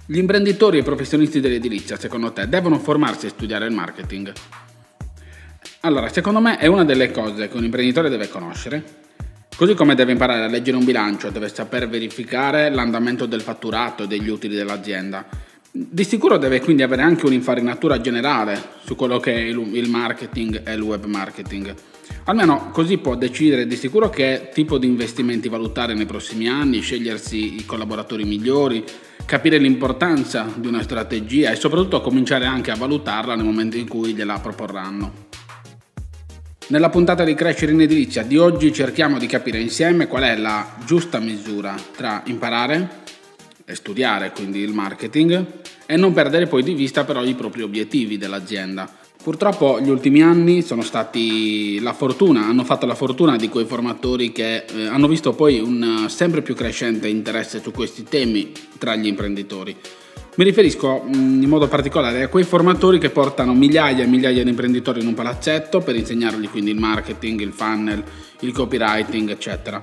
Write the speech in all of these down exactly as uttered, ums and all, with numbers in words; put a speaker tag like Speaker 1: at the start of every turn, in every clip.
Speaker 1: Gli imprenditori e i professionisti dell'edilizia, secondo te, devono formarsi e studiare il marketing? Allora, secondo me è una delle cose che un imprenditore deve conoscere, così come deve imparare a leggere un bilancio, deve saper verificare l'andamento del fatturato e degli utili dell'azienda. Di sicuro deve quindi avere anche un'infarinatura generale su quello che è il marketing e il web marketing. Almeno così può decidere di sicuro che tipo di investimenti valutare nei prossimi anni, scegliersi i collaboratori migliori, capire l'importanza di una strategia e soprattutto cominciare anche a valutarla nel momento in cui gliela proporranno. Nella puntata di Crescere in Edilizia di oggi cerchiamo di capire insieme qual è la giusta misura tra imparare e studiare, quindi il marketing, e non perdere poi di vista però i propri obiettivi dell'azienda. Purtroppo gli ultimi anni sono stati la fortuna, hanno fatto la fortuna di quei formatori che eh, hanno visto poi un sempre più crescente interesse su questi temi tra gli imprenditori. Mi riferisco mh, in modo particolare a quei formatori che portano migliaia e migliaia di imprenditori in un palazzetto per insegnargli quindi il marketing, il funnel, il copywriting, eccetera.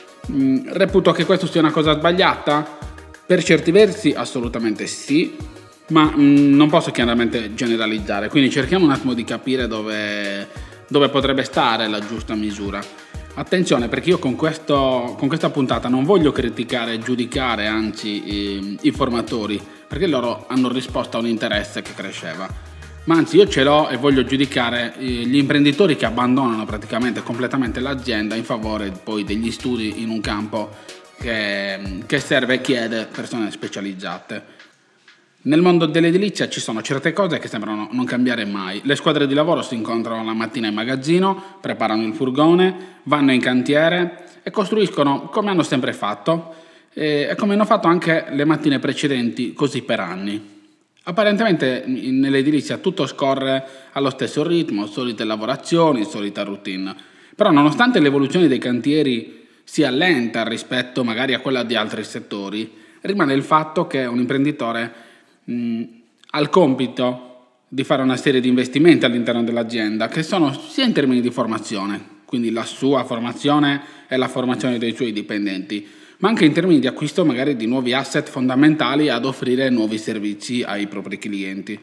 Speaker 1: Mh, reputo che questo sia una cosa sbagliata? Per certi versi assolutamente sì, ma mh, non posso chiaramente generalizzare, quindi cerchiamo un attimo di capire dove, dove potrebbe stare la giusta misura. Attenzione, perché io con, questo, con questa puntata non voglio criticare e giudicare anzi i, i formatori, perché loro hanno risposto a un interesse che cresceva, ma anzi io ce l'ho e voglio giudicare gli imprenditori che abbandonano praticamente completamente l'azienda in favore poi degli studi in un campo che, che serve e chiede persone specializzate. Nel mondo dell'edilizia ci sono certe cose che sembrano non cambiare mai. Le squadre di lavoro si incontrano la mattina in magazzino, preparano il furgone, vanno in cantiere e costruiscono come hanno sempre fatto e come hanno fatto anche le mattine precedenti, così per anni. Apparentemente nell'edilizia tutto scorre allo stesso ritmo, solite lavorazioni, solita routine. Però nonostante l'evoluzione dei cantieri sia lenta rispetto magari a quella di altri settori, rimane il fatto che un imprenditore mh, ha il compito di fare una serie di investimenti all'interno dell'azienda che sono sia in termini di formazione, quindi la sua formazione e la formazione dei suoi dipendenti, ma anche in termini di acquisto magari di nuovi asset fondamentali ad offrire nuovi servizi ai propri clienti.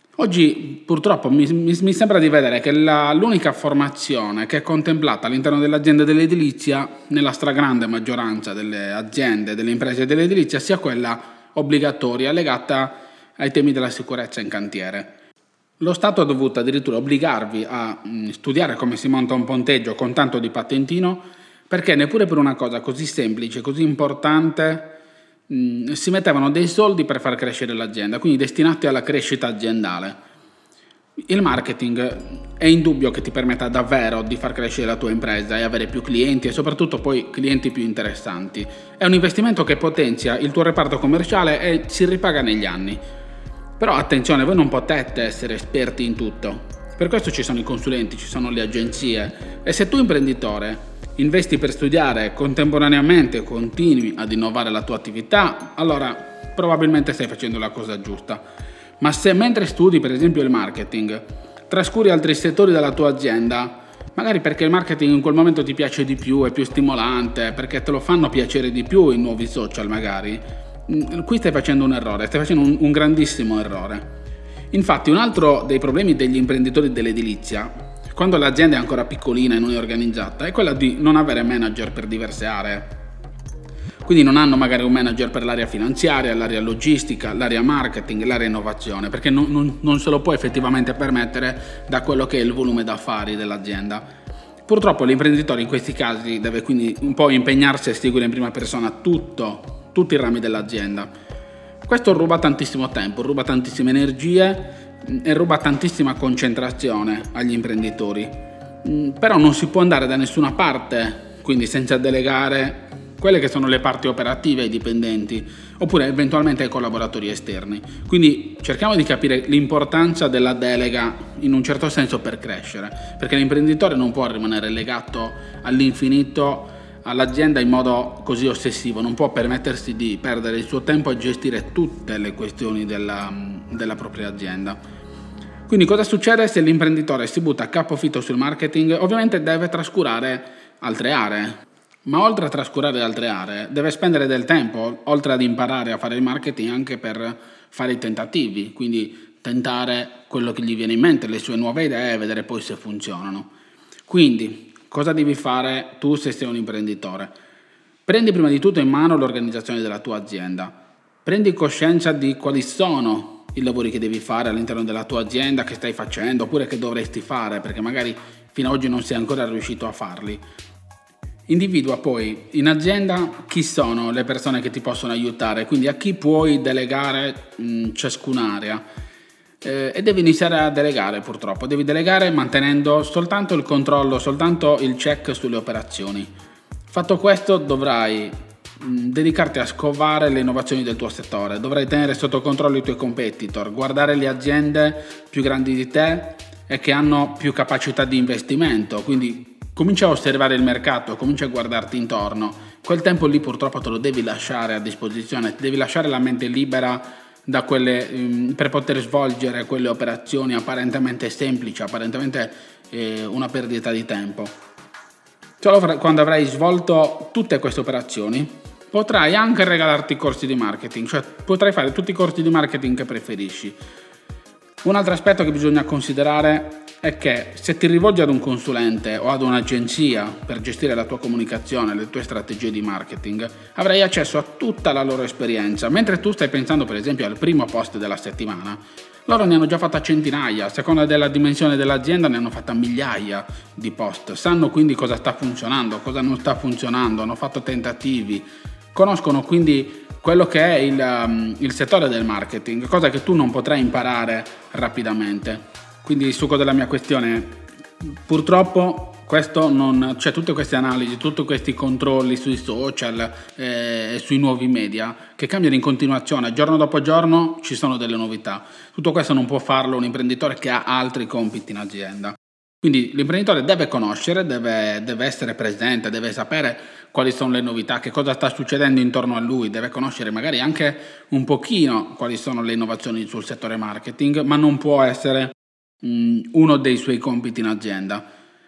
Speaker 1: Oggi purtroppo mi, mi, mi sembra di vedere che la, l'unica formazione che è contemplata all'interno dell'azienda dell'edilizia, nella stragrande maggioranza delle aziende, delle imprese dell'edilizia, sia quella obbligatoria legata ai temi della sicurezza in cantiere. Lo Stato ha dovuto addirittura obbligarvi a mh, studiare come si monta un ponteggio con tanto di patentino, perché neppure per una cosa così semplice, così importante, mh, si mettevano dei soldi per far crescere l'azienda, quindi destinati alla crescita aziendale. Il marketing è indubbio che ti permetta davvero di far crescere la tua impresa e avere più clienti e soprattutto poi clienti più interessanti. È un investimento che potenzia il tuo reparto commerciale e si ripaga negli anni. Però attenzione, voi non potete essere esperti in tutto. Per questo ci sono i consulenti, ci sono le agenzie. E se tu imprenditore investi per studiare e contemporaneamente continui ad innovare la tua attività, allora probabilmente stai facendo la cosa giusta. Ma se mentre studi per esempio il marketing trascuri altri settori della tua azienda, magari perché il marketing in quel momento ti piace di più, è più stimolante, perché te lo fanno piacere di più i nuovi social magari, qui stai facendo un errore, stai facendo un, un grandissimo errore. Infatti un altro dei problemi degli imprenditori dell'edilizia, quando l'azienda è ancora piccolina e non è organizzata, è quella di non avere manager per diverse aree. Quindi non hanno magari un manager per l'area finanziaria, l'area logistica, l'area marketing, l'area innovazione, perché non, non, non se lo può effettivamente permettere da quello che è il volume d'affari dell'azienda. Purtroppo l'imprenditore in questi casi deve quindi un po' impegnarsi a seguire in prima persona tutto, tutti i rami dell'azienda. Questo ruba tantissimo tempo, ruba tantissime energie e ruba tantissima concentrazione agli imprenditori. Però non si può andare da nessuna parte, quindi senza delegare quelle che sono le parti operative ai dipendenti oppure eventualmente ai collaboratori esterni. Quindi cerchiamo di capire l'importanza della delega in un certo senso per crescere, perché l'imprenditore non può rimanere legato all'infinito all'azienda in modo così ossessivo, non può permettersi di perdere il suo tempo a gestire tutte le questioni della, della propria azienda. Quindi cosa succede se l'imprenditore si butta a capofitto sul marketing? Ovviamente deve trascurare altre aree. Ma oltre a trascurare altre aree, deve spendere del tempo, oltre ad imparare a fare il marketing, anche per fare i tentativi, quindi tentare quello che gli viene in mente, le sue nuove idee e vedere poi se funzionano. Quindi, cosa devi fare tu se sei un imprenditore? Prendi prima di tutto in mano l'organizzazione della tua azienda. Prendi coscienza di quali sono i lavori che devi fare all'interno della tua azienda, che stai facendo, oppure che dovresti fare, perché magari fino ad oggi non sei ancora riuscito a farli. Individua poi in azienda chi sono le persone che ti possono aiutare, quindi a chi puoi delegare mh, ciascun'area. Eh, e devi iniziare a delegare purtroppo, devi delegare mantenendo soltanto il controllo, soltanto il check sulle operazioni. Fatto questo dovrai mh, dedicarti a scovare le innovazioni del tuo settore, dovrai tenere sotto controllo i tuoi competitor, guardare le aziende più grandi di te e che hanno più capacità di investimento, quindi comincia a osservare il mercato, comincia a guardarti intorno. Quel tempo lì purtroppo te lo devi lasciare a disposizione, devi lasciare la mente libera da quelle, um, per poter svolgere quelle operazioni apparentemente semplici, apparentemente eh, una perdita di tempo. Solo quando avrai svolto tutte queste operazioni potrai anche regalarti corsi di marketing, cioè potrai fare tutti i corsi di marketing che preferisci. Un altro aspetto che bisogna considerare è che se ti rivolgi ad un consulente o ad un'agenzia per gestire la tua comunicazione, le tue strategie di marketing, avrai accesso a tutta la loro esperienza, mentre tu stai pensando per esempio al primo post della settimana. Loro ne hanno già fatta centinaia, a seconda della dimensione dell'azienda ne hanno fatta migliaia di post, sanno quindi cosa sta funzionando, cosa non sta funzionando, hanno fatto tentativi, conoscono quindi quello che è il, um, il settore del marketing, cosa che tu non potrai imparare rapidamente. Quindi il succo della mia questione, purtroppo questo non, cioè tutte queste analisi, tutti questi controlli sui social e eh, sui nuovi media che cambiano in continuazione, giorno dopo giorno ci sono delle novità. Tutto questo non può farlo un imprenditore che ha altri compiti in azienda. Quindi l'imprenditore deve conoscere, deve, deve essere presente, deve sapere quali sono le novità, che cosa sta succedendo intorno a lui, deve conoscere magari anche un pochino quali sono le innovazioni sul settore marketing, ma non può essere mh, uno dei suoi compiti in azienda.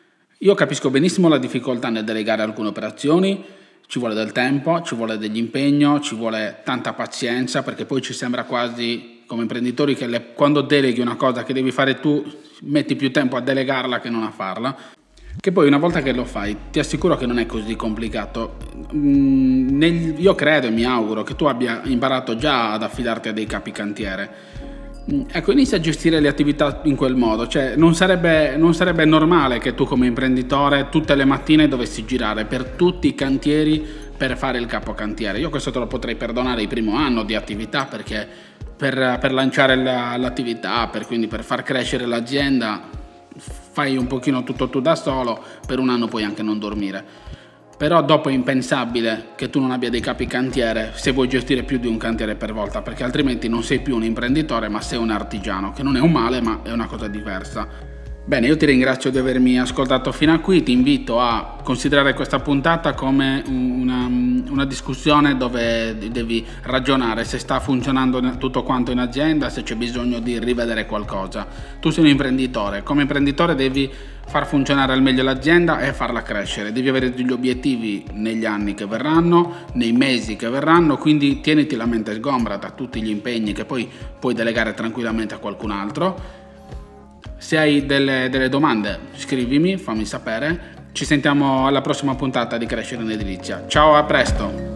Speaker 1: Io capisco benissimo la difficoltà nel delegare alcune operazioni, ci vuole del tempo, ci vuole dell'impegno, ci vuole tanta pazienza, perché poi ci sembra quasi come imprenditori che le, quando deleghi una cosa che devi fare tu metti più tempo a delegarla che non a farla, che poi una volta che lo fai ti assicuro che non è così complicato. Mm, nel, io credo e mi auguro che tu abbia imparato già ad affidarti a dei capi cantiere. Mm, ecco, inizia a gestire le attività in quel modo, cioè non sarebbe, non sarebbe normale che tu come imprenditore tutte le mattine dovessi girare per tutti i cantieri per fare il capocantiere. Io questo te lo potrei perdonare il primo anno di attività, perché per, per lanciare la, l'attività, per, quindi per far crescere l'azienda, fai un pochino tutto tu da solo, per un anno puoi anche non dormire. Però dopo è impensabile che tu non abbia dei capi cantiere se vuoi gestire più di un cantiere per volta, perché altrimenti non sei più un imprenditore ma sei un artigiano, che non è un male ma è una cosa diversa. Bene, io ti ringrazio di avermi ascoltato fino a qui, ti invito a considerare questa puntata come una, una discussione dove devi ragionare se sta funzionando tutto quanto in azienda, se c'è bisogno di rivedere qualcosa. Tu sei un imprenditore, come imprenditore devi far funzionare al meglio l'azienda e farla crescere, devi avere degli obiettivi negli anni che verranno, nei mesi che verranno, quindi tieniti la mente sgombra da tutti gli impegni che poi puoi delegare tranquillamente a qualcun altro. Se hai delle, delle domande scrivimi, fammi sapere. Ci sentiamo alla prossima puntata di Crescere in Edilizia. Ciao, a presto!